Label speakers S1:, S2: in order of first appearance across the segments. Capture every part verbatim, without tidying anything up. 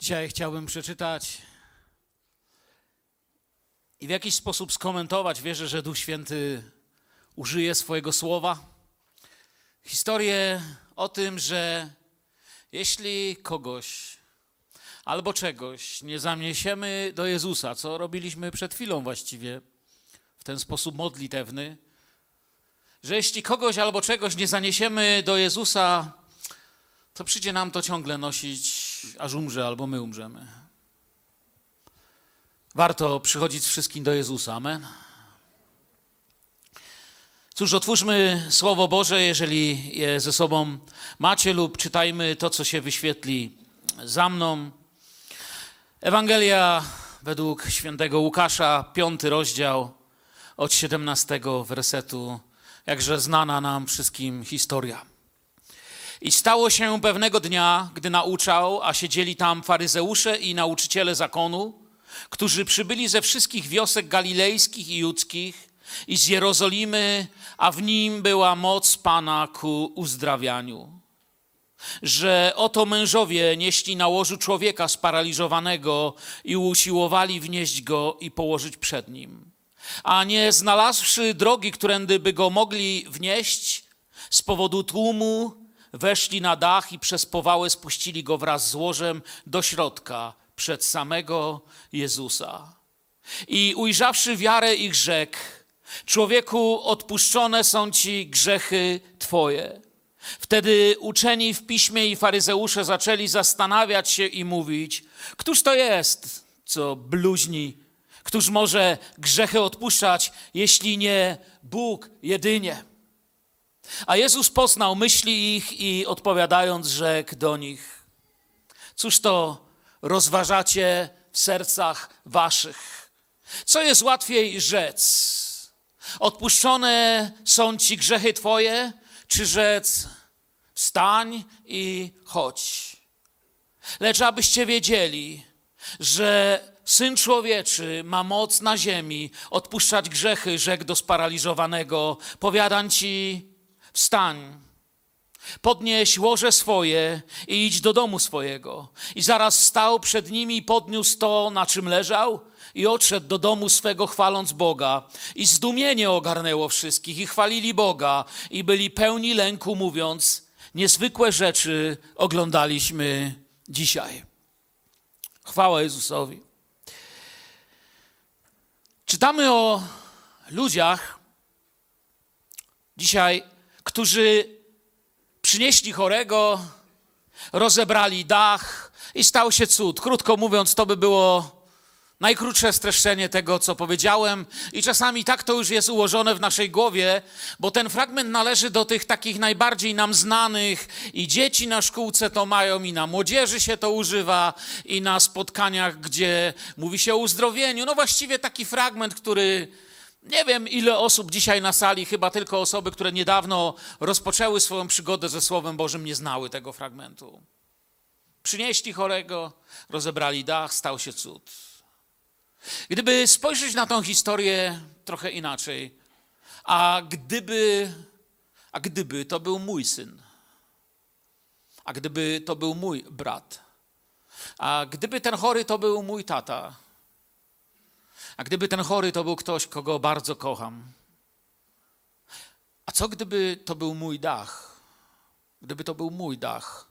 S1: Dzisiaj chciałbym przeczytać i w jakiś sposób skomentować, wierzę, że Duch Święty użyje swojego słowa, historię o tym, że jeśli kogoś albo czegoś nie zaniesiemy do Jezusa, co robiliśmy przed chwilą właściwie w ten sposób modlitewny, że jeśli kogoś albo czegoś nie zaniesiemy do Jezusa, to przyjdzie nam to ciągle nosić, aż umrze albo my umrzemy. Warto przychodzić wszystkim do Jezusa. Amen. Cóż, otwórzmy Słowo Boże, jeżeli je ze sobą macie, lub czytajmy to, co się wyświetli za mną. Ewangelia według świętego Łukasza, piąty rozdział, od siedemnastego wersetu, jakże znana nam wszystkim historia. I stało się pewnego dnia, gdy nauczał, a siedzieli tam faryzeusze i nauczyciele zakonu, którzy przybyli ze wszystkich wiosek galilejskich i judzkich i z Jerozolimy, a w nim była moc Pana ku uzdrawianiu. Że oto mężowie nieśli na łożu człowieka sparaliżowanego i usiłowali wnieść go i położyć przed nim. A nie znalazłszy drogi, którędy by go mogli wnieść, z powodu tłumu weszli na dach i przez powałę spuścili go wraz z łożem do środka przed samego Jezusa. I ujrzawszy wiarę ich rzekł: człowieku, odpuszczone są ci grzechy twoje. Wtedy uczeni w piśmie i faryzeusze zaczęli zastanawiać się i mówić: któż to jest, co bluźni? Któż może grzechy odpuszczać, jeśli nie Bóg jedynie? A Jezus poznał myśli ich i odpowiadając rzekł do nich: cóż to rozważacie w sercach waszych? Co jest łatwiej rzec? Odpuszczone są ci grzechy twoje, czy rzec wstań i chodź? Lecz abyście wiedzieli, że Syn Człowieczy ma moc na ziemi odpuszczać grzechy, rzekł do sparaliżowanego: powiadam ci, wstań, podnieś łoże swoje i idź do domu swojego. I zaraz stał przed nimi i podniósł to, na czym leżał, i odszedł do domu swego, chwaląc Boga. I zdumienie ogarnęło wszystkich i chwalili Boga i byli pełni lęku, mówiąc: niezwykłe rzeczy oglądaliśmy dzisiaj. Chwała Jezusowi. Czytamy o ludziach dzisiaj, którzy przynieśli chorego, rozebrali dach i stał się cud. Krótko mówiąc, to by było najkrótsze streszczenie tego, co powiedziałem, i czasami tak to już jest ułożone w naszej głowie, bo ten fragment należy do tych takich najbardziej nam znanych, i dzieci na szkółce to mają, i na młodzieży się to używa, i na spotkaniach, gdzie mówi się o uzdrowieniu. No właściwie taki fragment, który nie wiem, ile osób dzisiaj na sali, chyba tylko osoby, które niedawno rozpoczęły swoją przygodę ze Słowem Bożym, nie znały tego fragmentu. Przynieśli chorego, rozebrali dach, stał się cud. Gdyby spojrzeć na tą historię trochę inaczej, a gdyby, a gdyby to był mój syn, a gdyby to był mój brat, a gdyby ten chory to był mój tata, a gdyby ten chory to był ktoś, kogo bardzo kocham, a co gdyby to był mój dach, gdyby to był mój dach.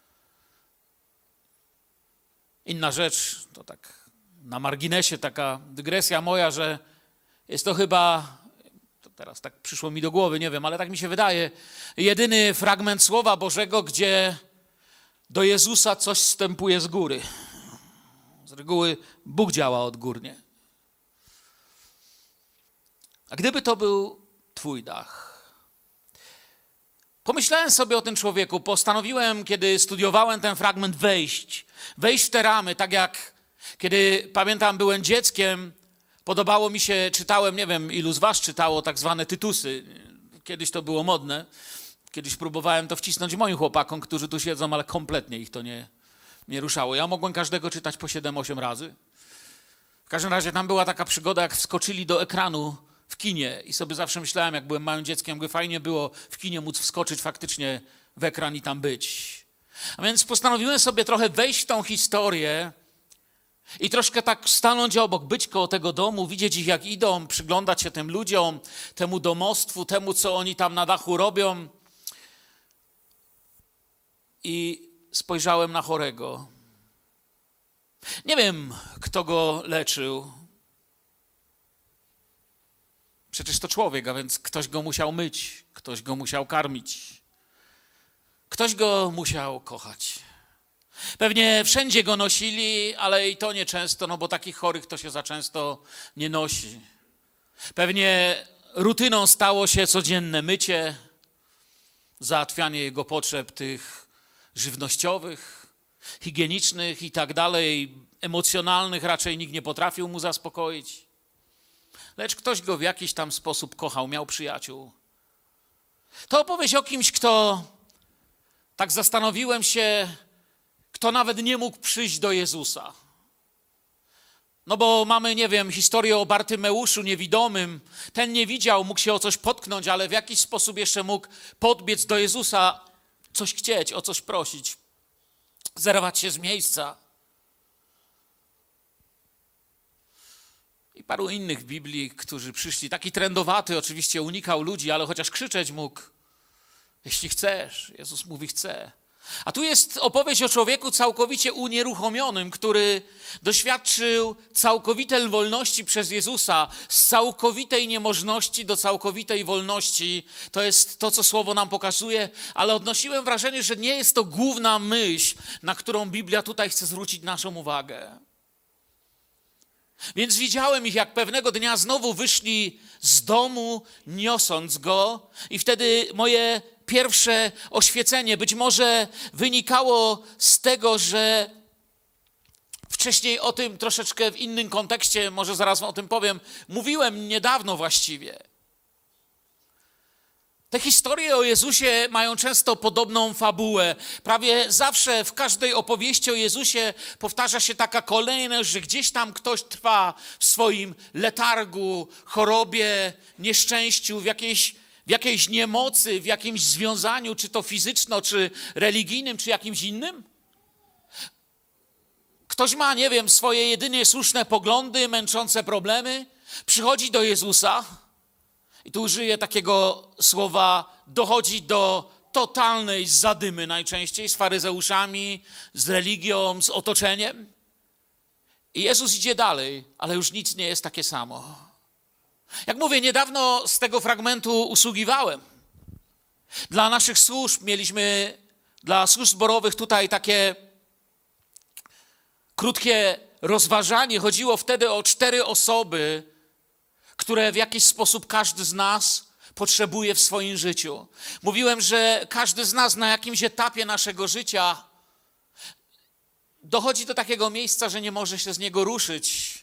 S1: Inna rzecz, to tak na marginesie taka dygresja moja, że jest to chyba, to teraz tak przyszło mi do głowy, nie wiem, ale tak mi się wydaje, jedyny fragment Słowa Bożego, gdzie do Jezusa coś wstępuje z góry. Z reguły Bóg działa odgórnie. A gdyby to był twój dach? Pomyślałem sobie o tym człowieku, postanowiłem, kiedy studiowałem ten fragment, wejść, wejść w te ramy, tak jak kiedy, pamiętam, byłem dzieckiem, podobało mi się, czytałem, nie wiem, ilu z was czytało tak zwane tytusy. Kiedyś to było modne. Kiedyś próbowałem to wcisnąć moim chłopakom, którzy tu siedzą, ale kompletnie ich to nie, nie ruszało. Ja mogłem każdego czytać po siedem osiem razy. W każdym razie tam była taka przygoda, jak wskoczyli do ekranu w kinie i sobie zawsze myślałem, jak byłem małym dzieckiem, jakby fajnie było w kinie móc wskoczyć faktycznie w ekran i tam być. A więc postanowiłem sobie trochę wejść w tą historię i troszkę tak stanąć obok, być koło tego domu, widzieć ich jak idą, przyglądać się tym ludziom, temu domostwu, temu co oni tam na dachu robią. I spojrzałem na chorego. Nie wiem, kto go leczył. Przecież to człowiek, a więc ktoś go musiał myć, ktoś go musiał karmić. Ktoś go musiał kochać. Pewnie wszędzie go nosili, ale i to nieczęsto, no bo takich chorych to się za często nie nosi. Pewnie rutyną stało się codzienne mycie, załatwianie jego potrzeb tych żywnościowych, higienicznych i tak dalej, emocjonalnych raczej nikt nie potrafił mu zaspokoić. Lecz ktoś go w jakiś tam sposób kochał, miał przyjaciół. To opowieść o kimś, kto, tak zastanowiłem się, kto nawet nie mógł przyjść do Jezusa. No bo mamy, nie wiem, historię o Bartymeuszu niewidomym. Ten nie widział, mógł się o coś potknąć, ale w jakiś sposób jeszcze mógł podbiec do Jezusa, coś chcieć, o coś prosić, zerwać się z miejsca. I paru innych w Biblii, którzy przyszli. Taki trendowaty oczywiście unikał ludzi, ale chociaż krzyczeć mógł. Jeśli chcesz, Jezus mówi chce. A tu jest opowieść o człowieku całkowicie unieruchomionym, który doświadczył całkowitej wolności przez Jezusa, z całkowitej niemożności do całkowitej wolności. To jest to, co Słowo nam pokazuje, ale odnosiłem wrażenie, że nie jest to główna myśl, na którą Biblia tutaj chce zwrócić naszą uwagę. Więc widziałem ich, jak pewnego dnia znowu wyszli z domu, niosąc go, i wtedy moje pierwsze oświecenie być może wynikało z tego, że wcześniej o tym troszeczkę w innym kontekście, może zaraz wam o tym powiem, mówiłem niedawno właściwie. Te historie o Jezusie mają często podobną fabułę. Prawie zawsze w każdej opowieści o Jezusie powtarza się taka kolejność, że gdzieś tam ktoś trwa w swoim letargu, chorobie, nieszczęściu, w jakiejś, w jakiejś niemocy, w jakimś związaniu, czy to fizyczno, czy religijnym, czy jakimś innym. Ktoś ma, nie wiem, swoje jedynie słuszne poglądy, męczące problemy, przychodzi do Jezusa. I tu użyję takiego słowa, dochodzi do totalnej zadymy najczęściej z faryzeuszami, z religią, z otoczeniem. I Jezus idzie dalej, ale już nic nie jest takie samo. Jak mówię, niedawno z tego fragmentu usługiwałem. Dla naszych służb mieliśmy, dla służb zborowych tutaj takie krótkie rozważanie. Chodziło wtedy o cztery osoby, które w jakiś sposób każdy z nas potrzebuje w swoim życiu. Mówiłem, że każdy z nas na jakimś etapie naszego życia dochodzi do takiego miejsca, że nie może się z niego ruszyć.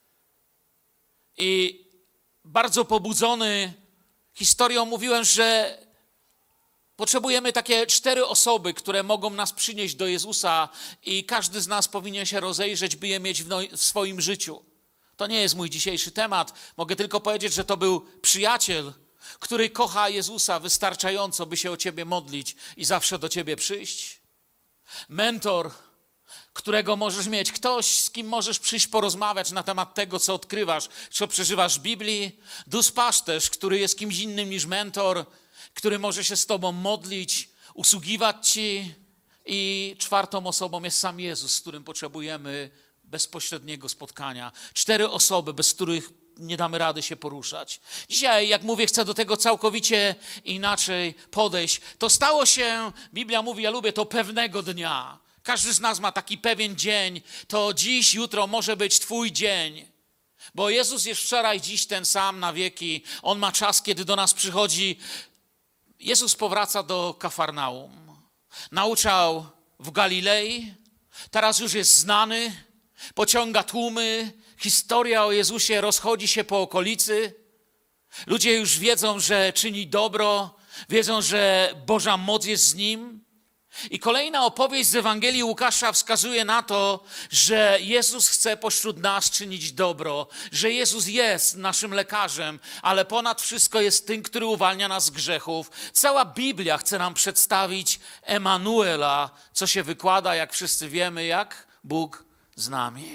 S1: I bardzo pobudzony historią mówiłem, że potrzebujemy takie cztery osoby, które mogą nas przynieść do Jezusa i każdy z nas powinien się rozejrzeć, by je mieć w, no, w swoim życiu. To nie jest mój dzisiejszy temat. Mogę tylko powiedzieć, że to był przyjaciel, który kocha Jezusa wystarczająco, by się o ciebie modlić i zawsze do ciebie przyjść. Mentor, którego możesz mieć. Ktoś, z kim możesz przyjść porozmawiać na temat tego, co odkrywasz, co przeżywasz w Biblii. Duszpasterz, który jest kimś innym niż mentor, który może się z tobą modlić, usługiwać ci. I czwartą osobą jest sam Jezus, z którym potrzebujemy bezpośredniego spotkania. Cztery osoby, bez których nie damy rady się poruszać. Dzisiaj, jak mówię, chcę do tego całkowicie inaczej podejść. To stało się, Biblia mówi, ja lubię to pewnego dnia. Każdy z nas ma taki pewien dzień. To dziś, jutro może być twój dzień. Bo Jezus jest wczoraj, dziś ten sam na wieki. On ma czas, kiedy do nas przychodzi. Jezus powraca do Kafarnaum. Nauczał w Galilei. Teraz już jest znany. Pociąga tłumy, historia o Jezusie rozchodzi się po okolicy. Ludzie już wiedzą, że czyni dobro, wiedzą, że Boża moc jest z Nim. I kolejna opowieść z Ewangelii Łukasza wskazuje na to, że Jezus chce pośród nas czynić dobro, że Jezus jest naszym lekarzem, ale ponad wszystko jest tym, który uwalnia nas z grzechów. Cała Biblia chce nam przedstawić Emanuela, co się wykłada, jak wszyscy wiemy, jak Bóg z nami.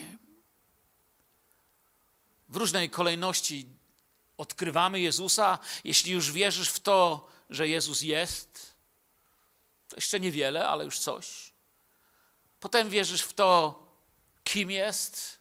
S1: W różnej kolejności odkrywamy Jezusa. Jeśli już wierzysz w to, że Jezus jest, to jeszcze niewiele, ale już coś. Potem wierzysz w to, kim jest.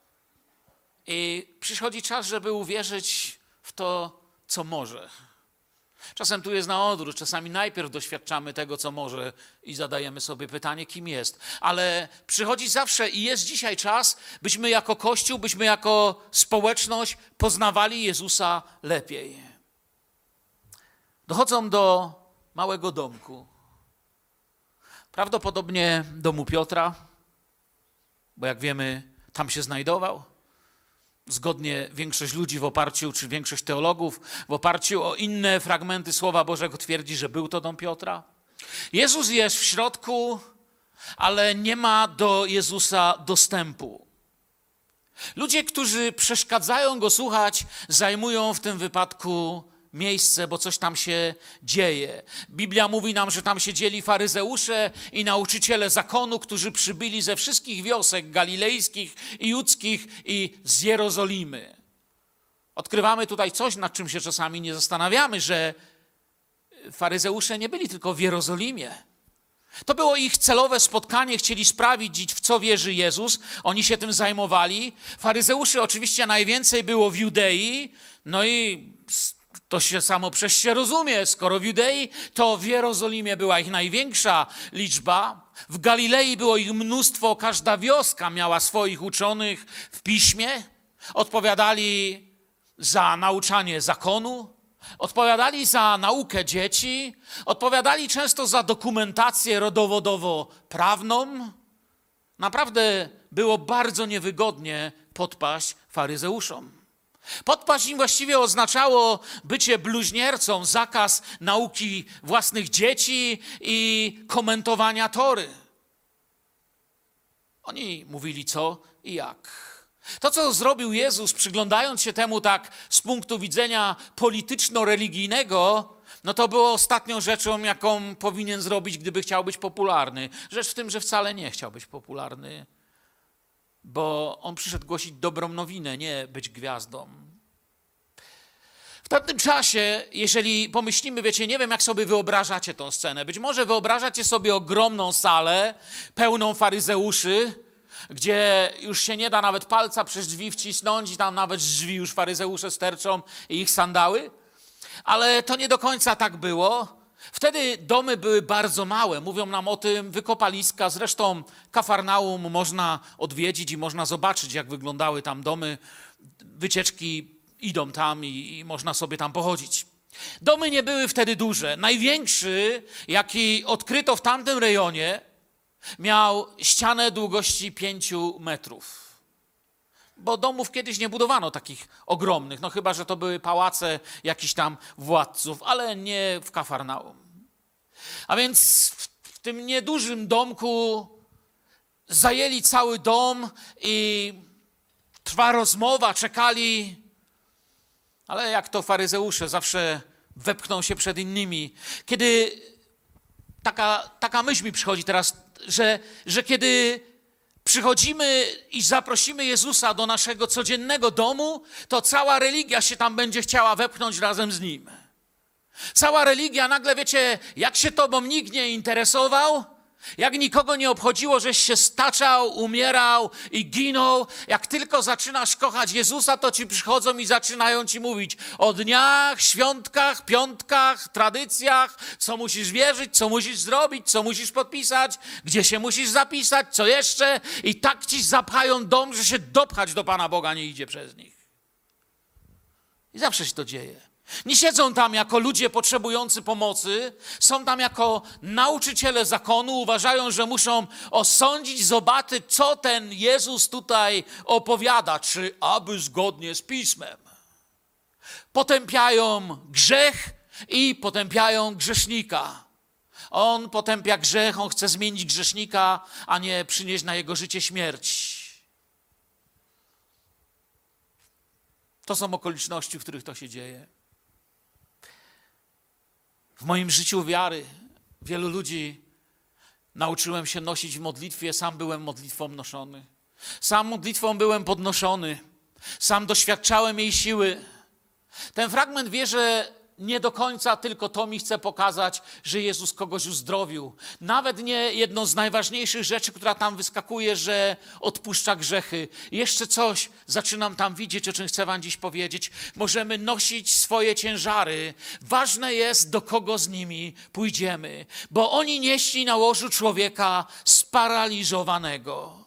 S1: I przychodzi czas, żeby uwierzyć w to, co może. Czasem tu jest na odwrót, czasami najpierw doświadczamy tego, co może i zadajemy sobie pytanie, kim jest. Ale przychodzi zawsze i jest dzisiaj czas, byśmy jako Kościół, byśmy jako społeczność poznawali Jezusa lepiej. Dochodzą do małego domku. Prawdopodobnie domu Piotra, bo jak wiemy, tam się znajdował. Zgodnie większość ludzi w oparciu, czy większość teologów w oparciu o inne fragmenty Słowa Bożego twierdzi, że był to dom Piotra. Jezus jest w środku, ale nie ma do Jezusa dostępu. Ludzie, którzy przeszkadzają Go słuchać, zajmują w tym wypadku miejsce, bo coś tam się dzieje. Biblia mówi nam, że tam siedzieli faryzeusze i nauczyciele zakonu, którzy przybyli ze wszystkich wiosek galilejskich i judzkich i z Jerozolimy. Odkrywamy tutaj coś, nad czym się czasami nie zastanawiamy, że faryzeusze nie byli tylko w Jerozolimie. To było ich celowe spotkanie, chcieli sprawdzić, w co wierzy Jezus. Oni się tym zajmowali. Faryzeuszy oczywiście najwięcej było w Judei, no i to się samo przez się rozumie. Skoro w Judei, to w Jerozolimie była ich największa liczba. W Galilei było ich mnóstwo, każda wioska miała swoich uczonych w piśmie. Odpowiadali za nauczanie zakonu, odpowiadali za naukę dzieci, odpowiadali często za dokumentację rodowodowo-prawną. Naprawdę było bardzo niewygodnie podpaść faryzeuszom. Podpaść im właściwie oznaczało bycie bluźniercą, zakaz nauki własnych dzieci i komentowania Tory. Oni mówili co i jak. To, co zrobił Jezus, przyglądając się temu tak z punktu widzenia polityczno-religijnego, no to było ostatnią rzeczą, jaką powinien zrobić, gdyby chciał być popularny. Rzecz w tym, że wcale nie chciał być popularny, bo on przyszedł głosić dobrą nowinę, nie być gwiazdą. W tamtym czasie, jeżeli pomyślimy, wiecie, nie wiem, jak sobie wyobrażacie tę scenę. Być może wyobrażacie sobie ogromną salę pełną faryzeuszy, gdzie już się nie da nawet palca przez drzwi wcisnąć i tam nawet z drzwi już faryzeusze sterczą i ich sandały. Ale to nie do końca tak było. Wtedy domy były bardzo małe. Mówią nam o tym wykopaliska. Zresztą Kafarnaum można odwiedzić i można zobaczyć, jak wyglądały tam domy. Wycieczki idą tam i, i można sobie tam pochodzić. Domy nie były wtedy duże. Największy, jaki odkryto w tamtym rejonie, miał ścianę długości pięciu metrów. Bo domów kiedyś nie budowano takich ogromnych, no chyba, że to były pałace jakichś tam władców, ale nie w Kafarnaum. A więc w tym niedużym domku zajęli cały dom i trwa rozmowa, czekali, ale jak to faryzeusze zawsze wepchną się przed innymi. Kiedy taka, taka myśl mi przychodzi teraz, że, że kiedy przychodzimy i zaprosimy Jezusa do naszego codziennego domu, to cała religia się tam będzie chciała wepchnąć razem z Nim. Cała religia nagle, wiecie, jak się tobą nikt nie interesował, jak nikogo nie obchodziło, żeś się staczał, umierał i ginął, jak tylko zaczynasz kochać Jezusa, to ci przychodzą i zaczynają ci mówić o dniach, świątkach, piątkach, tradycjach, co musisz wierzyć, co musisz zrobić, co musisz podpisać, gdzie się musisz zapisać, co jeszcze, i tak ci zapchają dom, że się dopchać do Pana Boga nie idzie przez nich. I zawsze się to dzieje. Nie siedzą tam jako ludzie potrzebujący pomocy, są tam jako nauczyciele zakonu, uważają, że muszą osądzić, zobaczyć, co ten Jezus tutaj opowiada, czy aby zgodnie z Pismem. Potępiają grzech i potępiają grzesznika. On potępia grzech, on chce zmienić grzesznika, a nie przynieść na jego życie śmierć. To są okoliczności, w których to się dzieje. W moim życiu wiary wielu ludzi nauczyłem się nosić w modlitwie, sam byłem modlitwą noszony. Sam modlitwą byłem podnoszony. Sam doświadczałem jej siły. Ten fragment wierzę nie do końca, tylko to mi chce pokazać, że Jezus kogoś uzdrowił. Nawet nie jedną z najważniejszych rzeczy, która tam wyskakuje, że odpuszcza grzechy. Jeszcze coś zaczynam tam widzieć, o czym chcę wam dziś powiedzieć. Możemy nosić swoje ciężary. Ważne jest, do kogo z nimi pójdziemy, bo oni nieśli na łożu człowieka sparaliżowanego.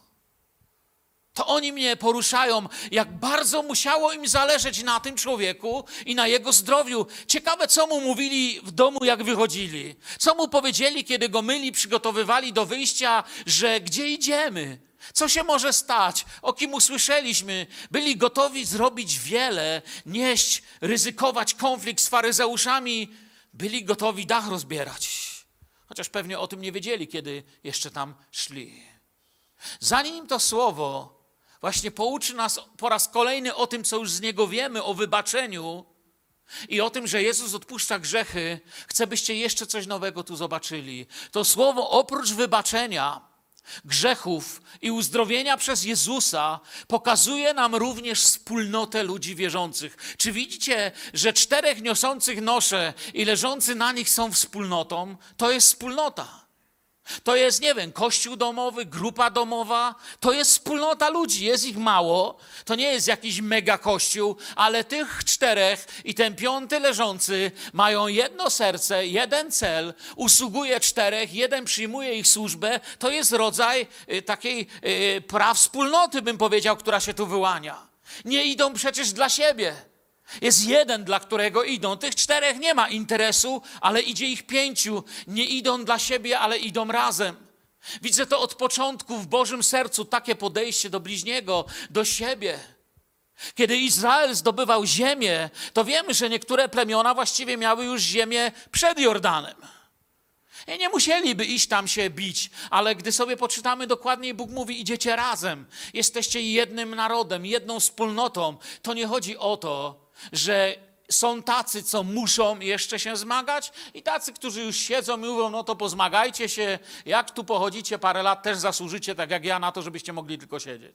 S1: To oni mnie poruszają, jak bardzo musiało im zależeć na tym człowieku i na jego zdrowiu. Ciekawe, co mu mówili w domu, jak wychodzili. Co mu powiedzieli, kiedy go myli, przygotowywali do wyjścia, że gdzie idziemy? Co się może stać? O kim usłyszeliśmy? Byli gotowi zrobić wiele, nieść, ryzykować konflikt z faryzeuszami. Byli gotowi dach rozbierać. Chociaż pewnie o tym nie wiedzieli, kiedy jeszcze tam szli. Zanim to słowo właśnie pouczy nas po raz kolejny o tym, co już z niego wiemy, o wybaczeniu i o tym, że Jezus odpuszcza grzechy, chcę, byście jeszcze coś nowego tu zobaczyli. To słowo oprócz wybaczenia grzechów i uzdrowienia przez Jezusa pokazuje nam również wspólnotę ludzi wierzących. Czy widzicie, że czterech niosących nosze i leżący na nich są wspólnotą? To jest wspólnota. To jest, nie wiem, kościół domowy, grupa domowa, to jest wspólnota ludzi, jest ich mało, to nie jest jakiś mega kościół, ale tych czterech i ten piąty leżący mają jedno serce, jeden cel, usługuje czterech, jeden przyjmuje ich służbę, to jest rodzaj y, takiej y, prawspólnoty, bym powiedział, która się tu wyłania. Nie idą przecież dla siebie. Jest jeden, dla którego idą. Tych czterech nie ma interesu, ale idzie ich pięciu. Nie idą dla siebie, ale idą razem. Widzę to od początku w Bożym sercu, takie podejście do bliźniego, do siebie. Kiedy Izrael zdobywał ziemię, to wiemy, że niektóre plemiona właściwie miały już ziemię przed Jordanem. I nie musieliby iść tam się bić, ale gdy sobie poczytamy dokładniej, Bóg mówi, idziecie razem. Jesteście jednym narodem, jedną wspólnotą. To nie chodzi o to, że są tacy, co muszą jeszcze się zmagać i tacy, którzy już siedzą i mówią, no to pozmagajcie się, jak tu pochodzicie parę lat, też zasłużycie tak jak ja na to, żebyście mogli tylko siedzieć.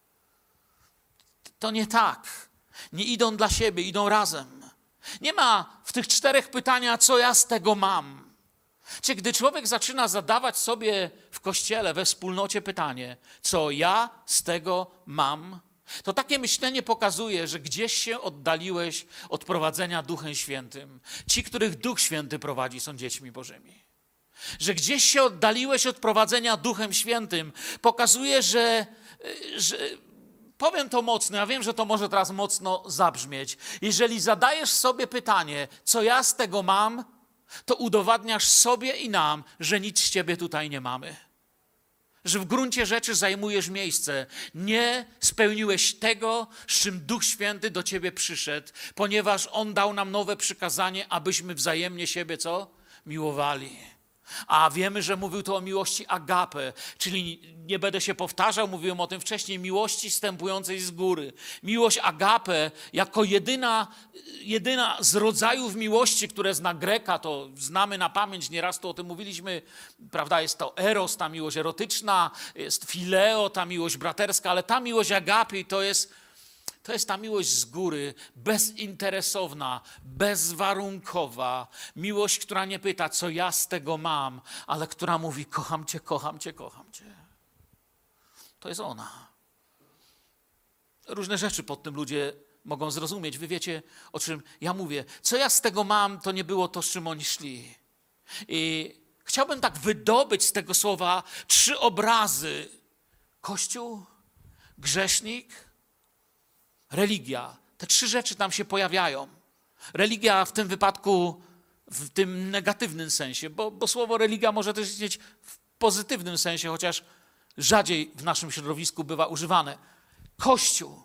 S1: To nie tak. Nie idą dla siebie, idą razem. Nie ma w tych czterech pytania, co ja z tego mam. Czy gdy człowiek zaczyna zadawać sobie w kościele, we wspólnocie pytanie, co ja z tego mam, to takie myślenie pokazuje, że gdzieś się oddaliłeś od prowadzenia Duchem Świętym. Ci, których Duch Święty prowadzi, są dziećmi Bożymi. Że gdzieś się oddaliłeś od prowadzenia Duchem Świętym, pokazuje, że, że powiem to mocno, ja wiem, że to może teraz mocno zabrzmieć. Jeżeli zadajesz sobie pytanie, co ja z tego mam, to udowadniasz sobie i nam, że nic z ciebie tutaj nie mamy. Że w gruncie rzeczy zajmujesz miejsce. Nie spełniłeś tego, z czym Duch Święty do ciebie przyszedł, ponieważ On dał nam nowe przykazanie, abyśmy wzajemnie siebie co? Miłowali. A wiemy, że mówił to o miłości agape, czyli nie będę się powtarzał, mówiłem o tym wcześniej, miłości wstępującej z góry. Miłość agape jako jedyna, jedyna z rodzajów miłości, które zna Greka, to znamy na pamięć, nieraz tu o tym mówiliśmy, prawda, jest to eros, ta miłość erotyczna, jest fileo, ta miłość braterska, ale ta miłość agape to jest To jest ta miłość z góry, bezinteresowna, bezwarunkowa. Miłość, która nie pyta, co ja z tego mam, ale która mówi, kocham cię, kocham cię, kocham cię. To jest ona. Różne rzeczy pod tym ludzie mogą zrozumieć. Wy wiecie, o czym ja mówię. Co ja z tego mam, to nie było to, z czym oni szli. I chciałbym tak wydobyć z tego słowa trzy obrazy. Kościół, grzesznik, religia. Te trzy rzeczy tam się pojawiają. Religia w tym wypadku w tym negatywnym sensie, bo, bo słowo religia może też istnieć w pozytywnym sensie, chociaż rzadziej w naszym środowisku bywa używane. Kościół.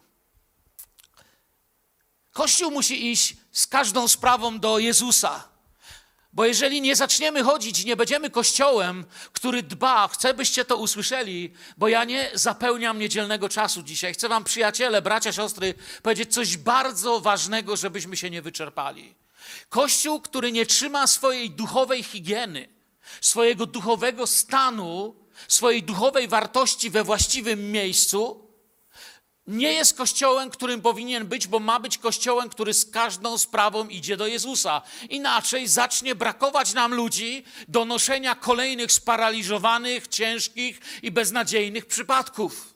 S1: Kościół musi iść z każdą sprawą do Jezusa. Bo jeżeli nie zaczniemy chodzić, nie będziemy kościołem, który dba, chcę, byście to usłyszeli, bo ja nie zapełniam niedzielnego czasu dzisiaj. Chcę wam, przyjaciele, bracia, siostry, powiedzieć coś bardzo ważnego, żebyśmy się nie wyczerpali. Kościół, który nie trzyma swojej duchowej higieny, swojego duchowego stanu, swojej duchowej wartości we właściwym miejscu, nie jest kościołem, którym powinien być, bo ma być kościołem, który z każdą sprawą idzie do Jezusa. Inaczej zacznie brakować nam ludzi do noszenia kolejnych sparaliżowanych, ciężkich i beznadziejnych przypadków.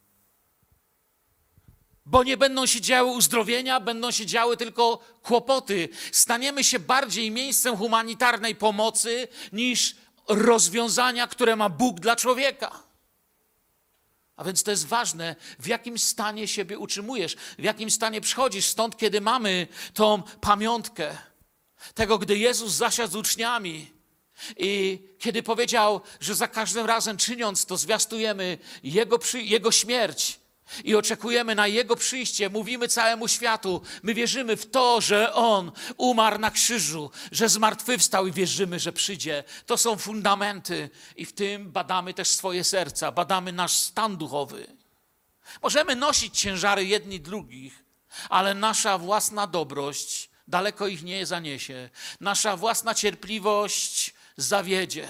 S1: Bo nie będą się działy uzdrowienia, będą się działy tylko kłopoty. Staniemy się bardziej miejscem humanitarnej pomocy niż rozwiązania, które ma Bóg dla człowieka. A więc to jest ważne, w jakim stanie siebie utrzymujesz, w jakim stanie przychodzisz. Stąd, kiedy mamy tą pamiątkę tego, gdy Jezus zasiadł z uczniami i kiedy powiedział, że za każdym razem czyniąc to zwiastujemy Jego, przy, Jego śmierć i oczekujemy na Jego przyjście, mówimy całemu światu, my wierzymy w to, że On umarł na krzyżu, że zmartwychwstał i wierzymy, że przyjdzie. To są fundamenty i w tym badamy też swoje serca, badamy nasz stan duchowy. Możemy nosić ciężary jedni drugich, ale nasza własna dobroć daleko ich nie zaniesie. Nasza własna cierpliwość zawiedzie.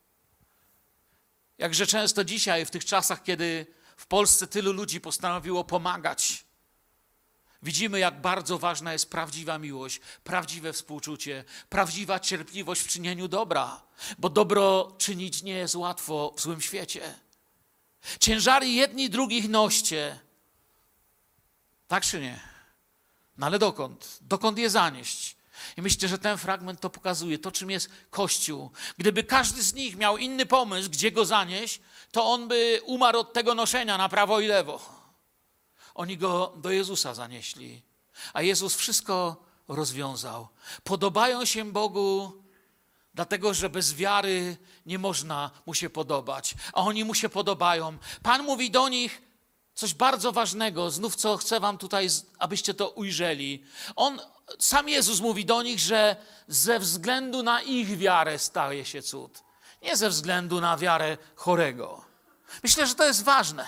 S1: Jakże często dzisiaj, w tych czasach, kiedy w Polsce tylu ludzi postanowiło pomagać, widzimy, jak bardzo ważna jest prawdziwa miłość, prawdziwe współczucie, prawdziwa cierpliwość w czynieniu dobra, bo dobro czynić nie jest łatwo w złym świecie. Ciężary jedni drugich noście. Tak czy nie? No ale dokąd? Dokąd je zanieść? I myślę, że ten fragment to pokazuje, to czym jest Kościół. Gdyby każdy z nich miał inny pomysł, gdzie go zanieść, to on by umarł od tego noszenia na prawo i lewo. Oni go do Jezusa zanieśli, a Jezus wszystko rozwiązał. Podobają się Bogu, dlatego że bez wiary nie można mu się podobać, a oni mu się podobają. Pan mówi do nich coś bardzo ważnego, znów co chcę wam tutaj, abyście to ujrzeli. On, sam Jezus mówi do nich, że ze względu na ich wiarę staje się cud. Nie ze względu na wiarę chorego. Myślę, że to jest ważne.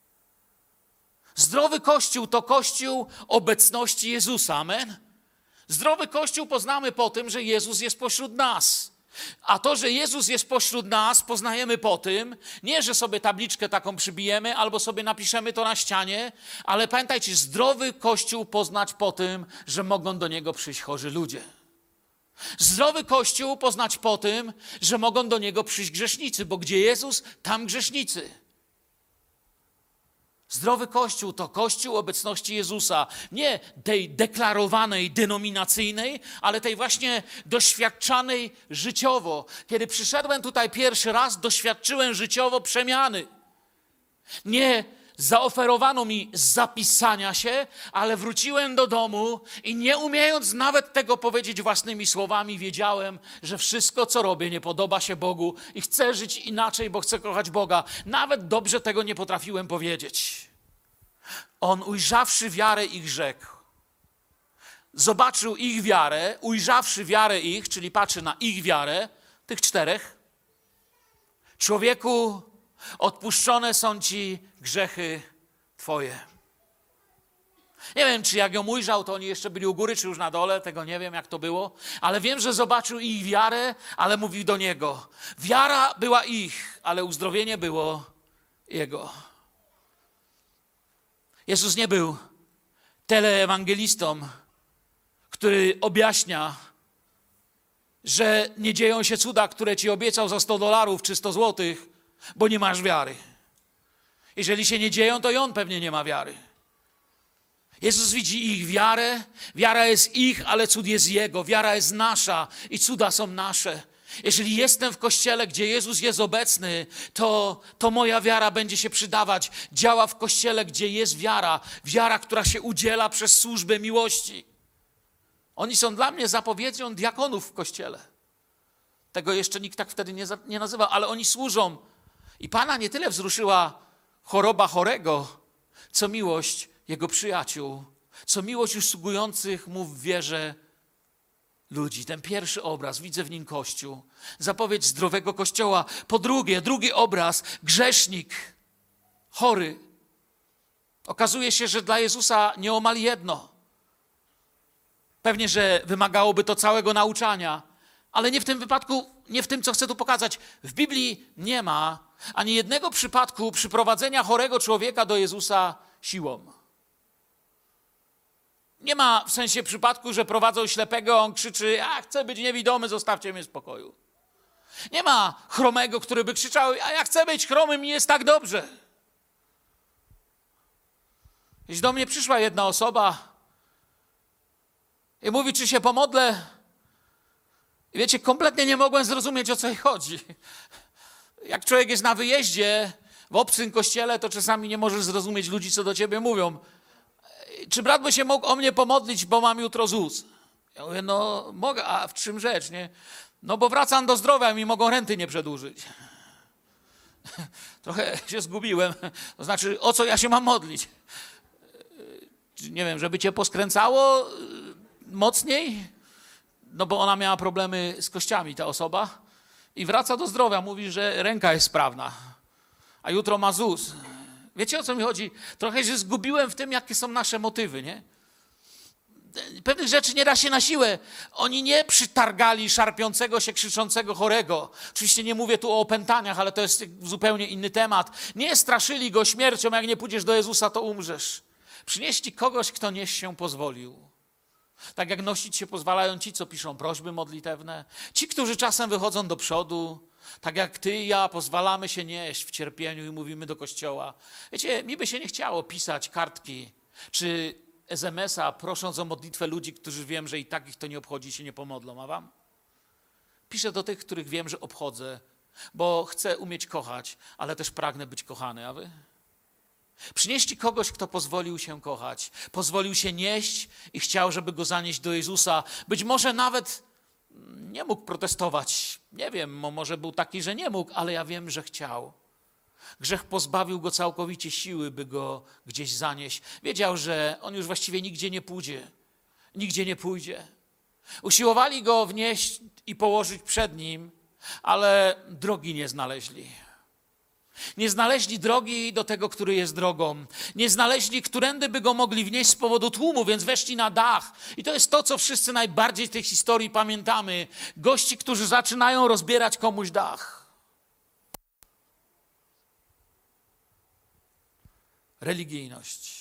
S1: Zdrowy Kościół to Kościół obecności Jezusa. Amen? Zdrowy Kościół poznamy po tym, że Jezus jest pośród nas. A to, że Jezus jest pośród nas, poznajemy po tym, nie, że sobie tabliczkę taką przybijemy albo sobie napiszemy to na ścianie, ale pamiętajcie, zdrowy Kościół poznać po tym, że mogą do niego przyjść chorzy ludzie. Zdrowy Kościół poznać po tym, że mogą do niego przyjść grzesznicy, bo gdzie Jezus, tam grzesznicy. Zdrowy Kościół to Kościół obecności Jezusa. Nie tej deklarowanej, denominacyjnej, ale tej właśnie doświadczanej życiowo. Kiedy przyszedłem tutaj pierwszy raz, doświadczyłem życiowo przemiany. Nie zaoferowano mi zapisania się, ale wróciłem do domu i nie umiejąc nawet tego powiedzieć własnymi słowami, wiedziałem, że wszystko, co robię, nie podoba się Bogu i chcę żyć inaczej, bo chcę kochać Boga. Nawet dobrze tego nie potrafiłem powiedzieć. On, ujrzawszy wiarę ich, rzekł. Zobaczył ich wiarę, ujrzawszy wiarę ich, czyli patrzy na ich wiarę, tych czterech. Człowieku, odpuszczone są ci grzechy twoje. Nie wiem, czy jak ją ujrzał, to oni jeszcze byli u góry, czy już na dole, tego nie wiem, jak to było, ale wiem, że zobaczył ich wiarę, ale mówił do niego. Wiara była ich, ale uzdrowienie było jego. Jezus nie był teleewangelistą, który objaśnia, że nie dzieją się cuda, które ci obiecał za sto dolarów czy sto złotych, bo nie masz wiary. Jeżeli się nie dzieją, to i on pewnie nie ma wiary. Jezus widzi ich wiarę, wiara jest ich, ale cud jest Jego, wiara jest nasza i cuda są nasze. Jeżeli jestem w kościele, gdzie Jezus jest obecny, to, to moja wiara będzie się przydawać. Działa w kościele, gdzie jest wiara, wiara, która się udziela przez służbę miłości. Oni są dla mnie zapowiedzią diakonów w kościele. Tego jeszcze nikt tak wtedy nie, nie nazywał, ale oni służą. I Pana nie tyle wzruszyła choroba chorego, co miłość Jego przyjaciół, co miłość usługujących Mu w wierze ludzi. Ten pierwszy obraz, widzę w nim Kościół. Zapowiedź zdrowego Kościoła. Po drugie, drugi obraz, grzesznik, chory. Okazuje się, że dla Jezusa nieomal jedno. Pewnie, że wymagałoby to całego nauczania, ale nie w tym wypadku, nie w tym, co chcę tu pokazać. W Biblii nie ma ani jednego przypadku przyprowadzenia chorego człowieka do Jezusa siłą. Nie ma w sensie przypadku, że prowadzą ślepego, on krzyczy: a chcę być niewidomy, zostawcie mnie w spokoju. Nie ma chromego, który by krzyczał: a ja chcę być chromym i jest tak dobrze. Jeśli do mnie przyszła jedna osoba i mówi, czy się pomodlę, i wiecie, kompletnie nie mogłem zrozumieć, o co jej chodzi. Jak człowiek jest na wyjeździe w obcym kościele, to czasami nie możesz zrozumieć ludzi, co do ciebie mówią. Czy brat by się mógł o mnie pomodlić, bo mam jutro Z U S? Ja mówię, no mogę, a w czym rzecz, nie? No bo wracam do zdrowia i mi mogą renty nie przedłużyć. Trochę się zgubiłem. To znaczy, o co ja się mam modlić? Nie wiem, żeby cię poskręcało mocniej? No bo ona miała problemy z kościami, ta osoba. I wraca do zdrowia, mówi, że ręka jest sprawna. A jutro ma Z U S. Wiecie, o co mi chodzi? Trochę się zgubiłem w tym, jakie są nasze motywy, nie? Pewnych rzeczy nie da się na siłę. Oni nie przytargali szarpiącego się, krzyczącego chorego. Oczywiście nie mówię tu o opętaniach, ale to jest zupełnie inny temat. Nie straszyli go śmiercią, jak nie pójdziesz do Jezusa, to umrzesz. Przynieśli kogoś, kto nieść się pozwolił. Tak jak nosić się pozwalają ci, co piszą prośby modlitewne. Ci, którzy czasem wychodzą do przodu. Tak jak ty i ja pozwalamy się nieść w cierpieniu i mówimy do kościoła. Wiecie, mi by się nie chciało pisać kartki czy es em es a prosząc o modlitwę ludzi, którzy wiem, że i tak ich to nie obchodzi, się nie pomodlą, a wam? Piszę do tych, których wiem, że obchodzę, bo chcę umieć kochać, ale też pragnę być kochany, a wy? Przynieśli kogoś, kto pozwolił się kochać, pozwolił się nieść i chciał, żeby go zanieść do Jezusa. Być może nawet nie mógł protestować. Nie wiem, może był taki, że nie mógł, ale ja wiem, że chciał. Grzech pozbawił go całkowicie siły, by go gdzieś zanieść. Wiedział, że on już właściwie nigdzie nie pójdzie. Nigdzie nie pójdzie. Usiłowali go wnieść i położyć przed nim, ale drogi nie znaleźli. Nie znaleźli drogi do tego, który jest drogą. Nie znaleźli, którędy by go mogli wnieść z powodu tłumu, więc weszli na dach. I to jest to, co wszyscy najbardziej w tej historii pamiętamy. Gości, którzy zaczynają rozbierać komuś dach. Religijność.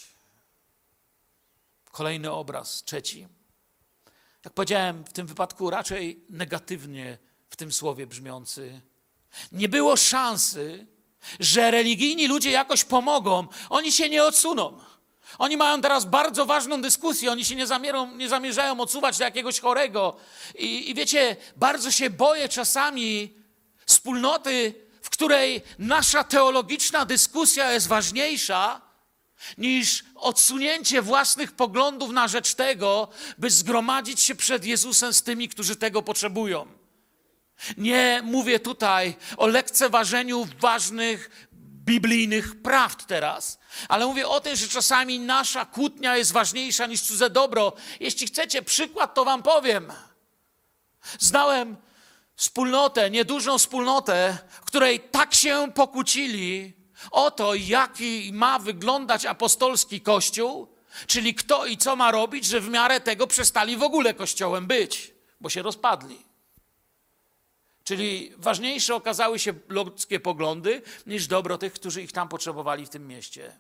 S1: Kolejny obraz, trzeci. Jak powiedziałem, w tym wypadku raczej negatywnie w tym słowie brzmiący. Nie było szansy, że religijni ludzie jakoś pomogą. Oni się nie odsuną. Oni mają teraz bardzo ważną dyskusję. Oni się nie, zamierzą, nie zamierzają odsuwać do jakiegoś chorego. I, I wiecie, bardzo się boję czasami wspólnoty, w której nasza teologiczna dyskusja jest ważniejsza niż odsunięcie własnych poglądów na rzecz tego, by zgromadzić się przed Jezusem z tymi, którzy tego potrzebują. Nie mówię tutaj o lekceważeniu ważnych biblijnych prawd teraz, ale mówię o tym, że czasami nasza kłótnia jest ważniejsza niż cudze dobro. Jeśli chcecie przykład, to wam powiem. Znałem wspólnotę, niedużą wspólnotę, w której tak się pokłócili o to, jaki ma wyglądać apostolski kościół, czyli kto i co ma robić, że w miarę tego przestali w ogóle kościołem być, bo się rozpadli. Czyli ważniejsze okazały się ludzkie poglądy niż dobro tych, którzy ich tam potrzebowali w tym mieście.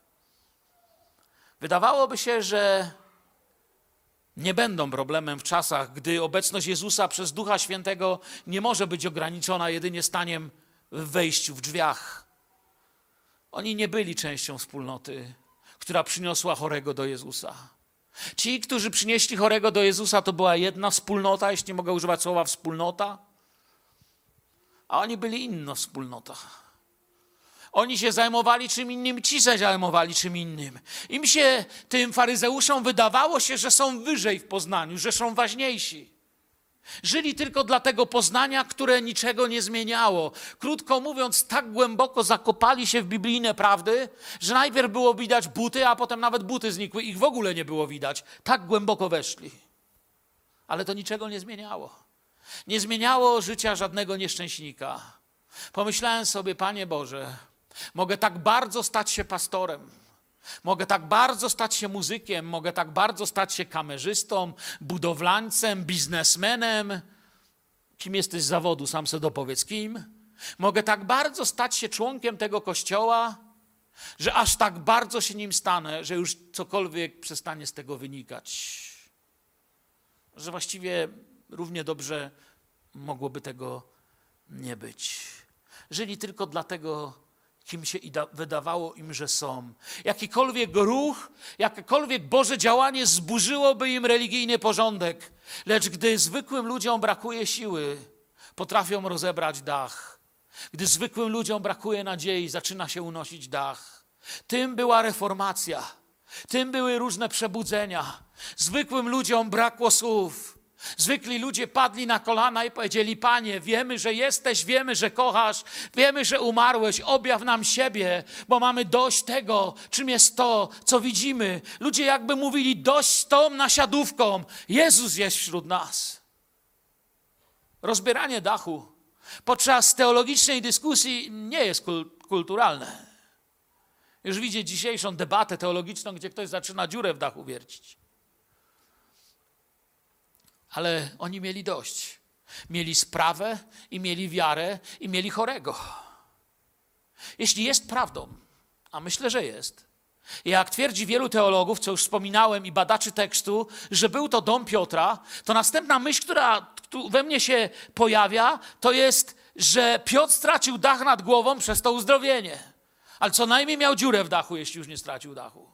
S1: Wydawałoby się, że nie będą problemem w czasach, gdy obecność Jezusa przez Ducha Świętego nie może być ograniczona jedynie staniem w wejściu, w drzwiach. Oni nie byli częścią wspólnoty, która przyniosła chorego do Jezusa. Ci, którzy przynieśli chorego do Jezusa, to była jedna wspólnota, jeśli mogę używać słowa wspólnota, a oni byli inna wspólnota. Oni się zajmowali czym innym, ci się zajmowali czym innym. Im się, tym faryzeuszom, wydawało się, że są wyżej w poznaniu, że są ważniejsi. Żyli tylko dla tego poznania, które niczego nie zmieniało. Krótko mówiąc, tak głęboko zakopali się w biblijne prawdy, że najpierw było widać buty, a potem nawet buty znikły. Ich w ogóle nie było widać. Tak głęboko weszli. Ale to niczego nie zmieniało. Nie zmieniało życia żadnego nieszczęśnika. Pomyślałem sobie, Panie Boże, mogę tak bardzo stać się pastorem, mogę tak bardzo stać się muzykiem, mogę tak bardzo stać się kamerzystą, budowlańcem, biznesmenem. Kim jesteś z zawodu? Sam sobie dopowiedz kim. Mogę tak bardzo stać się członkiem tego kościoła, że aż tak bardzo się nim stanę, że już cokolwiek przestanie z tego wynikać. Że właściwie równie dobrze mogłoby tego nie być. Żyli tylko dlatego, kim się wydawało im, że są. Jakikolwiek ruch, jakiekolwiek Boże działanie zburzyłoby im religijny porządek. Lecz gdy zwykłym ludziom brakuje siły, potrafią rozebrać dach. Gdy zwykłym ludziom brakuje nadziei, zaczyna się unosić dach. Tym była reformacja. Tym były różne przebudzenia. Zwykłym ludziom brakło słów. Zwykli ludzie padli na kolana i powiedzieli: Panie, wiemy, że jesteś, wiemy, że kochasz, wiemy, że umarłeś, objaw nam siebie, bo mamy dość tego, czym jest to, co widzimy. Ludzie jakby mówili: dość z tą nasiadówką, Jezus jest wśród nas. Rozbieranie dachu podczas teologicznej dyskusji nie jest kulturalne. Już widzę dzisiejszą debatę teologiczną, gdzie ktoś zaczyna dziurę w dachu wiercić. Ale oni mieli dość. Mieli sprawę i mieli wiarę i mieli chorego. Jeśli jest prawdą, a myślę, że jest, jak twierdzi wielu teologów, co już wspominałem, i badaczy tekstu, że był to dom Piotra, to następna myśl, która we mnie się pojawia, to jest, że Piotr stracił dach nad głową przez to uzdrowienie. Ale co najmniej miał dziurę w dachu, jeśli już nie stracił dachu.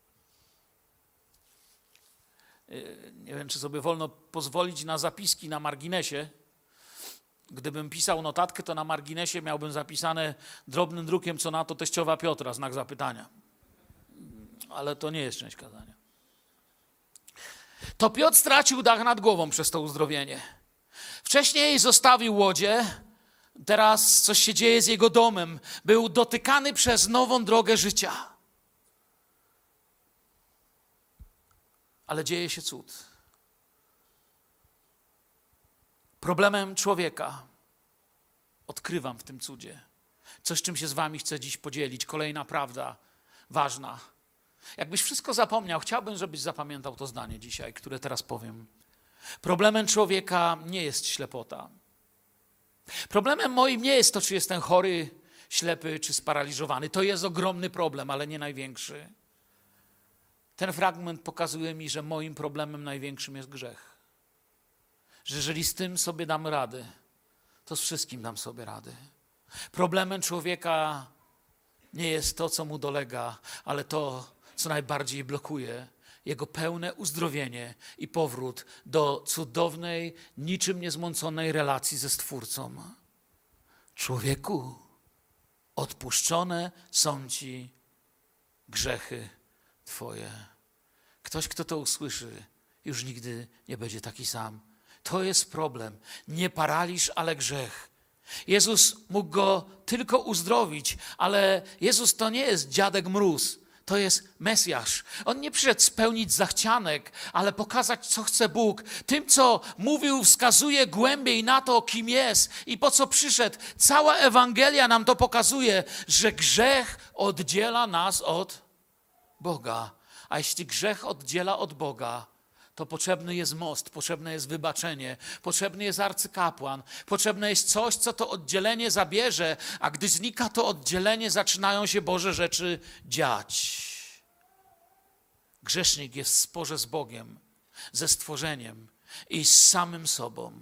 S1: Nie wiem, czy sobie wolno pozwolić na zapiski na marginesie. Gdybym pisał notatkę, to na marginesie miałbym zapisane drobnym drukiem, co na to teściowa Piotra, znak zapytania. Ale to nie jest część kazania. To Piotr stracił dach nad głową przez to uzdrowienie. Wcześniej zostawił łodzię, teraz coś się dzieje z jego domem. Był dotykany przez nową drogę życia. Ale dzieje się cud. Problemem człowieka odkrywam w tym cudzie. Coś, z czym się z wami chcę dziś podzielić. Kolejna prawda ważna. Jakbyś wszystko zapomniał, chciałbym, żebyś zapamiętał to zdanie dzisiaj, które teraz powiem. Problemem człowieka nie jest ślepota. Problemem moim nie jest to, czy jestem chory, ślepy czy sparaliżowany. To jest ogromny problem, ale nie największy. Ten fragment pokazuje mi, że moim problemem największym jest grzech. Że jeżeli z tym sobie dam radę, to z wszystkim dam sobie radę. Problemem człowieka nie jest to, co mu dolega, ale to, co najbardziej blokuje jego pełne uzdrowienie i powrót do cudownej, niczym niezmąconej relacji ze Stwórcą. Człowieku, odpuszczone są ci grzechy twoje. Ktoś, kto to usłyszy, już nigdy nie będzie taki sam. To jest problem. Nie paraliż, ale grzech. Jezus mógł go tylko uzdrowić, ale Jezus to nie jest dziadek mróz. To jest Mesjasz. On nie przyszedł spełnić zachcianek, ale pokazać, co chce Bóg. Tym, co mówił, wskazuje głębiej na to, kim jest i po co przyszedł. Cała Ewangelia nam to pokazuje, że grzech oddziela nas od Boga. A jeśli grzech oddziela od Boga, to potrzebny jest most, potrzebne jest wybaczenie, potrzebny jest arcykapłan, potrzebne jest coś, co to oddzielenie zabierze, a gdy znika to oddzielenie, zaczynają się Boże rzeczy dziać. Grzesznik jest w sporze z Bogiem, ze stworzeniem i z samym sobą.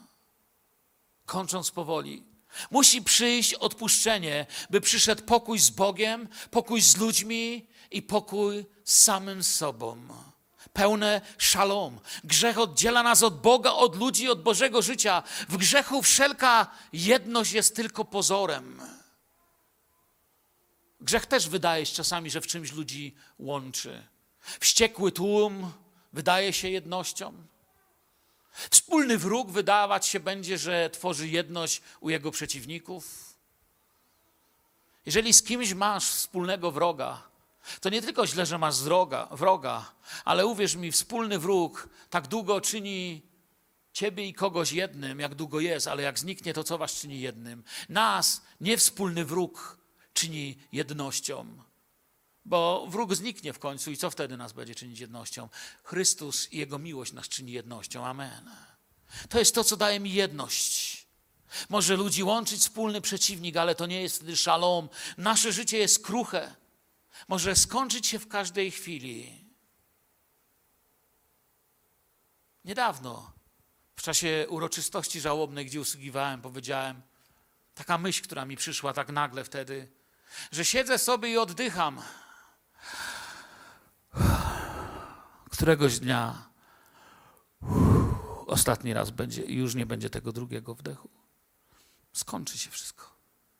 S1: Kończąc powoli, musi przyjść odpuszczenie, by przyszedł pokój z Bogiem, pokój z ludźmi i pokój z samym sobą. Pełne szalom. Grzech oddziela nas od Boga, od ludzi, od Bożego życia. W grzechu wszelka jedność jest tylko pozorem. Grzech też wydaje się czasami, że w czymś ludzi łączy. Wściekły tłum wydaje się jednością. Wspólny wróg wydawać się będzie, że tworzy jedność u jego przeciwników. Jeżeli z kimś masz wspólnego wroga, to nie tylko źle, że masz wroga, wroga, ale uwierz mi, wspólny wróg tak długo czyni Ciebie i kogoś jednym, jak długo jest, ale jak zniknie, to co was czyni jednym? Nas, nie wspólny wróg, czyni jednością. Bo wróg zniknie w końcu i co wtedy nas będzie czynić jednością? Chrystus i Jego miłość nas czyni jednością. Amen. To jest to, co daje mi jedność. Może ludzi łączyć wspólny przeciwnik, ale to nie jest wtedy szalom. Nasze życie jest kruche. Może skończyć się w każdej chwili. Niedawno, w czasie uroczystości żałobnej, gdzie usługiwałem, powiedziałem, taka myśl, która mi przyszła tak nagle wtedy, że siedzę sobie i oddycham. Któregoś dnia ostatni raz będzie i już nie będzie tego drugiego wdechu. Skończy się wszystko.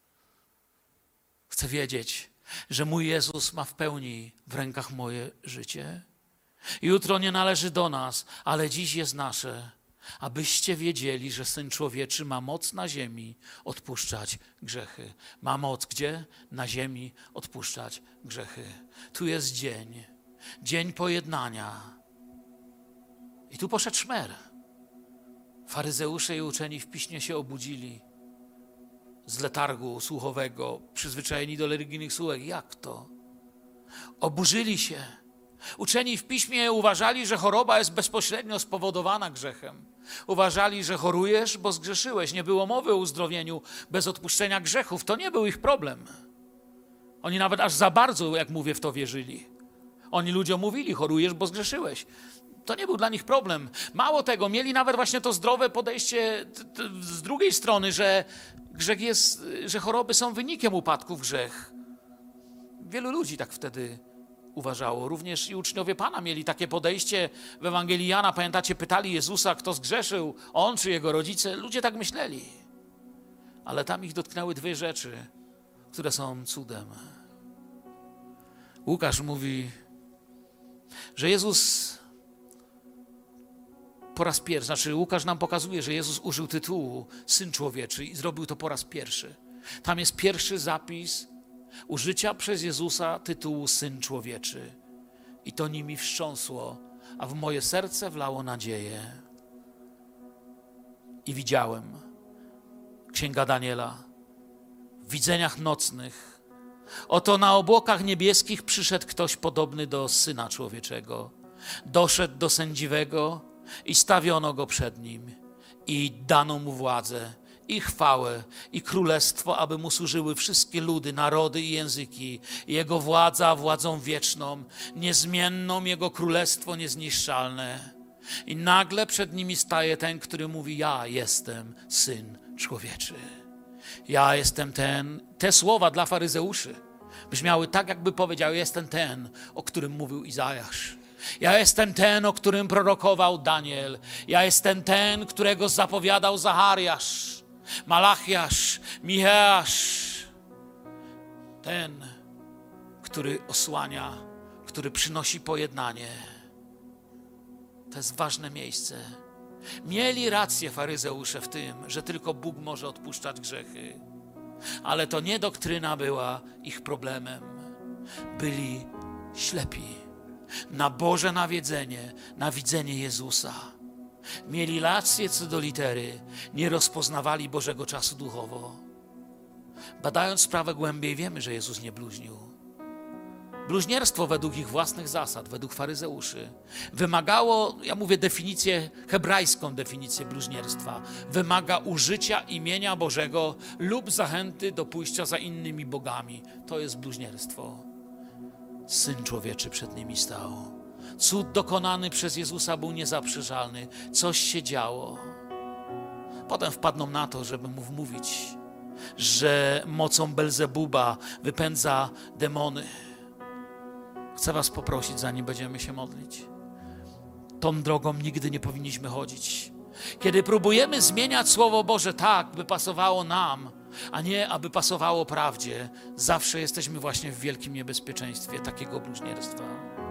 S1: Chcę wiedzieć, że mój Jezus ma w pełni w rękach moje życie. Jutro nie należy do nas, ale dziś jest nasze, abyście wiedzieli, że Syn Człowieczy ma moc na ziemi odpuszczać grzechy. Ma moc gdzie? Na ziemi odpuszczać grzechy. Tu jest dzień, dzień pojednania. I tu poszedł szmer. Faryzeusze i uczeni w piśmie się obudzili z letargu słuchowego, przyzwyczajeni do religijnych słówek. Jak to? Oburzyli się. Uczeni w piśmie uważali, że choroba jest bezpośrednio spowodowana grzechem. Uważali, że chorujesz, bo zgrzeszyłeś. Nie było mowy o uzdrowieniu bez odpuszczenia grzechów. To nie był ich problem. Oni nawet aż za bardzo, jak mówię, w to wierzyli. Oni ludziom mówili, chorujesz, bo zgrzeszyłeś. To nie był dla nich problem. Mało tego, mieli nawet właśnie to zdrowe podejście z drugiej strony, że grzech jest, że choroby są wynikiem upadku w grzech. Wielu ludzi tak wtedy uważało. Również i uczniowie Pana mieli takie podejście. W Ewangelii Jana, pamiętacie, pytali Jezusa, kto zgrzeszył, on czy jego rodzice. Ludzie tak myśleli. Ale tam ich dotknęły dwie rzeczy, które są cudem. Łukasz mówi, że Jezus po raz pierwszy, znaczy Łukasz nam pokazuje, że Jezus użył tytułu Syn Człowieczy i zrobił to po raz pierwszy. Tam jest pierwszy zapis użycia przez Jezusa tytułu Syn Człowieczy. I to nimi wstrząsło, a w moje serce wlało nadzieję. I widziałem, Księga Daniela, w widzeniach nocnych, oto na obłokach niebieskich przyszedł ktoś podobny do Syna Człowieczego. Doszedł do sędziwego i stawiono go przed nim. I dano mu władzę, i chwałę, i królestwo, aby mu służyły wszystkie ludy, narody i języki. Jego władza władzą wieczną, niezmienną, jego królestwo niezniszczalne. I nagle przed nimi staje ten, który mówi, ja jestem Syn Człowieczy. Ja jestem ten, te słowa dla faryzeuszy brzmiały tak, jakby powiedział, jestem ten, o którym mówił Izajasz. Ja jestem ten, o którym prorokował Daniel. Ja jestem ten, którego zapowiadał Zachariasz, Malachiasz, Micheasz. Ten, który osłania, który przynosi pojednanie. To jest ważne miejsce. Mieli rację faryzeusze w tym, że tylko Bóg może odpuszczać grzechy. Ale to nie doktryna była ich problemem. Byli ślepi na Boże nawiedzenie, na widzenie Jezusa. Mieli rację co do litery, nie rozpoznawali Bożego czasu duchowo. Badając sprawę głębiej, wiemy, że Jezus nie bluźnił. Bluźnierstwo według ich własnych zasad, według faryzeuszy, wymagało, ja mówię definicję, hebrajską definicję bluźnierstwa, wymaga użycia imienia Bożego lub zachęty do pójścia za innymi bogami. To jest bluźnierstwo. Syn Człowieczy przed nimi stał. Cud dokonany przez Jezusa był niezaprzeczalny. Coś się działo. Potem wpadną na to, żeby mu wmówić, że mocą Belzebuba wypędza demony. Chcę was poprosić, zanim będziemy się modlić. Tą drogą nigdy nie powinniśmy chodzić. Kiedy próbujemy zmieniać Słowo Boże tak, by pasowało nam, a nie aby pasowało prawdzie, zawsze jesteśmy właśnie w wielkim niebezpieczeństwie takiego bluźnierstwa.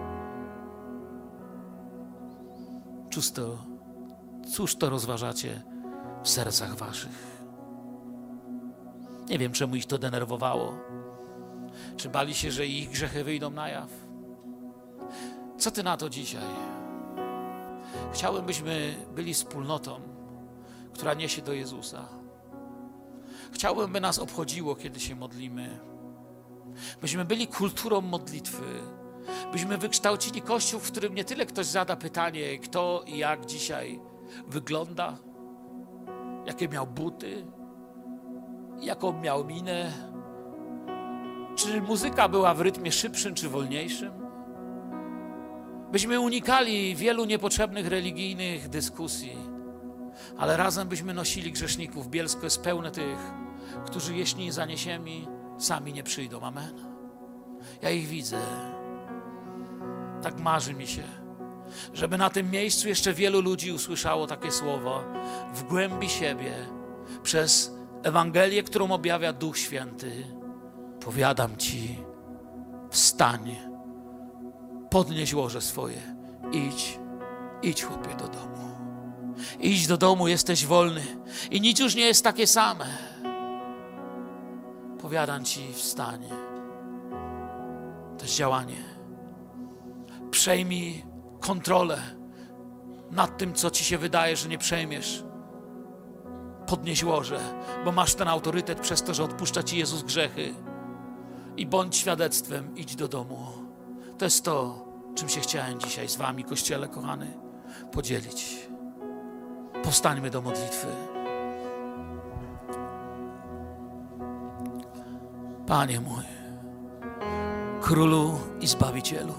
S1: Cóż to, cóż to rozważacie w sercach waszych? Nie wiem, czemu ich to denerwowało. Czy bali się, że ich grzechy wyjdą na jaw? Co ty na to dzisiaj? Chciałbym, byśmy byli wspólnotą, która niesie do Jezusa. Chciałbym, by nas obchodziło, kiedy się modlimy. Byśmy byli kulturą modlitwy. Byśmy wykształcili Kościół, w którym nie tyle ktoś zada pytanie, kto i jak dzisiaj wygląda, jakie miał buty, jaką miał minę, czy muzyka była w rytmie szybszym czy wolniejszym. Byśmy unikali wielu niepotrzebnych religijnych dyskusji, ale razem byśmy nosili grzeszników. Bielsko jest pełne tych, którzy jeśli nie zaniesiemi, sami nie przyjdą. Amen. Ja ich widzę. Tak marzy mi się, żeby na tym miejscu jeszcze wielu ludzi usłyszało takie słowa w głębi siebie przez Ewangelię, którą objawia Duch Święty. Powiadam Ci, wstań, podnieś łoże swoje, idź, idź chłopie do domu. Idź do domu, jesteś wolny i nic już nie jest takie same. Powiadam Ci, wstań. To jest działanie. Przejmij kontrolę nad tym, co Ci się wydaje, że nie przejmiesz. Podnieś łoże, bo masz ten autorytet przez to, że odpuszcza Ci Jezus grzechy. I bądź świadectwem, idź do domu. To jest to, czym się chciałem dzisiaj z Wami, Kościele kochany, podzielić. Powstańmy do modlitwy. Panie mój, Królu i Zbawicielu,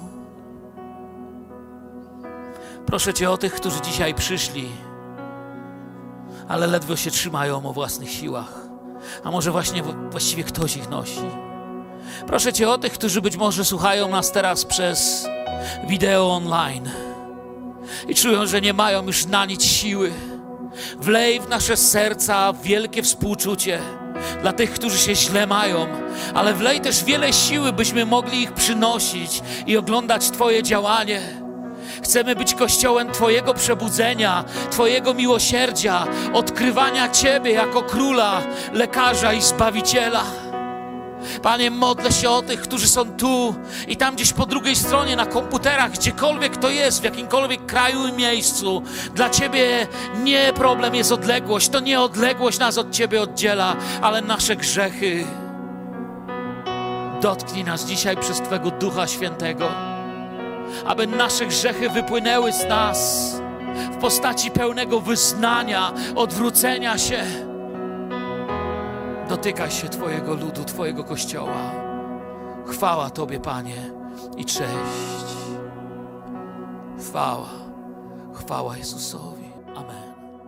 S1: proszę Cię o tych, którzy dzisiaj przyszli, ale ledwo się trzymają o własnych siłach, a może właśnie właściwie ktoś ich nosi. Proszę Cię o tych, którzy być może słuchają nas teraz przez wideo online i czują, że nie mają już na nic siły. Wlej w nasze serca wielkie współczucie dla tych, którzy się źle mają, ale wlej też wiele siły, byśmy mogli ich przynosić i oglądać Twoje działanie. Chcemy być Kościołem Twojego przebudzenia, Twojego miłosierdzia, odkrywania Ciebie jako Króla, Lekarza i Zbawiciela. Panie, modlę się o tych, którzy są tu i tam gdzieś po drugiej stronie, na komputerach, gdziekolwiek to jest, w jakimkolwiek kraju i miejscu. Dla Ciebie nie problem jest odległość, to nie odległość nas od Ciebie oddziela, ale nasze grzechy. Dotknij nas dzisiaj przez Twego Ducha Świętego, aby nasze grzechy wypłynęły z nas w postaci pełnego wyznania, odwrócenia się. Dotykaj się Twojego ludu, Twojego Kościoła. Chwała Tobie, Panie, i cześć. Chwała, chwała Jezusowi. Amen.